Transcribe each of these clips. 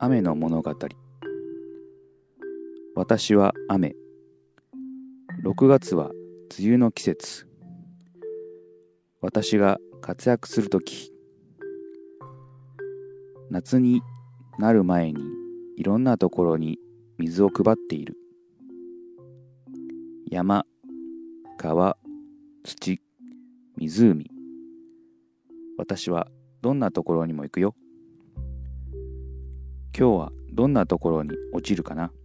雨の物語。私は雨。6月は梅雨の季節。私が活躍するとき、夏になる前にいろんなところに水を配っている。山、川、土、湖。私はどんなところにも行くよ。今日はどんなところに落ちるかな。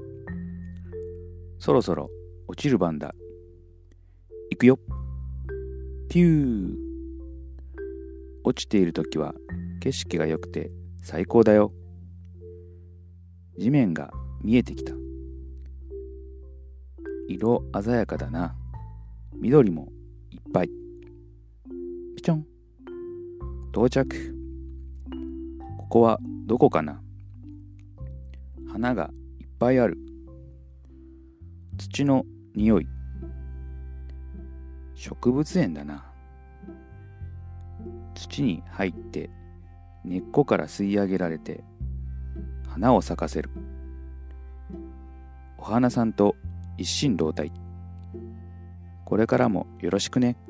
そろそろ落ちる番だ。行くよ。ピュー。落ちているときは景色が良くて最高だよ。地面が見えてきた。色鮮やかだな。緑もいっぱい。ピチョン。到着。ここはどこかな。花がいっぱいある。土の匂い。植物園だな。土に入って根っこから吸い上げられて花を咲かせる。お花さんと一心同体。これからもよろしくね。